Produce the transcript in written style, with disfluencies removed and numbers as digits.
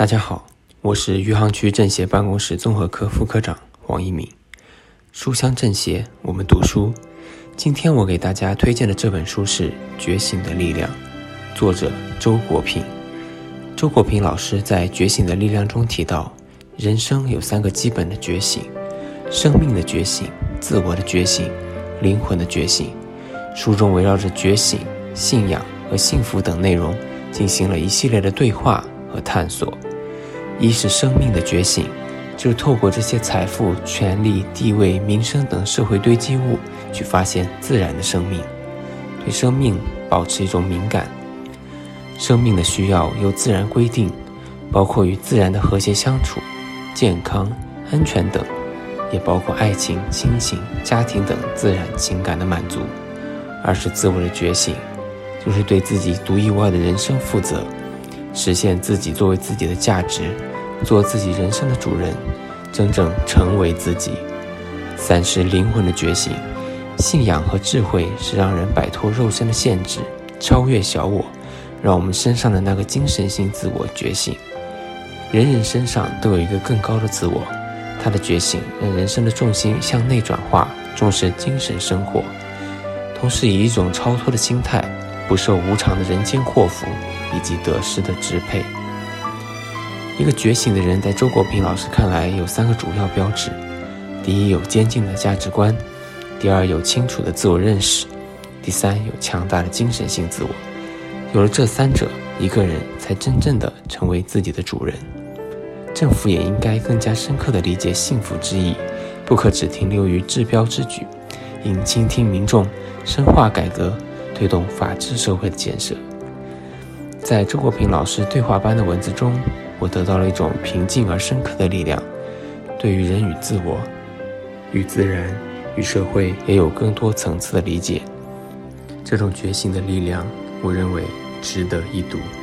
大家好，我是余杭区政协办公室综合科副科长黄一鸣。书香政协，我们读书。今天我给大家推荐的这本书是《觉醒的力量》，作者周国平。周国平老师在《觉醒的力量》中提到，人生有3个基本的觉醒：生命的觉醒、自我的觉醒、灵魂的觉醒。书中围绕着觉醒、信仰和幸福等内容进行了一系列的对话和探索。一是生命的觉醒，就是透过这些财富、权力、地位、名声等社会堆积物去发现自然的生命，对生命保持一种敏感。生命的需要由自然规定，包括与自然的和谐相处、健康、安全等，也包括爱情、亲情、家庭等自然情感的满足。二是自我的觉醒，就是对自己独一无二的人生负责，实现自己作为自己的价值，做自己人生的主人，真正成为自己。三是灵魂的觉醒，信仰和智慧是让人摆脱肉身的限制，超越小我，让我们身上的那个精神性自我觉醒。人人身上都有一个更高的自我，他的觉醒让人生的重心向内转化，重视精神生活，同时以一种超脱的心态，不受无常的人间祸福以及得失的支配。一个觉醒的人在周国平老师看来有3个主要标志：第一，有坚定的价值观；第二，有清楚的自我认识；第三，有强大的精神性自我。有了这3者，一个人才真正的成为自己的主人。政府也应该更加深刻地理解幸福之意，不可只停留于治标之举，应倾听民众，深化改革，推动法治社会的建设。在周国平老师对话般的文字中，我得到了一种平静而深刻的力量，对于人与自我、与自然、与社会也有更多层次的理解。这种觉醒的力量，我认为值得一读。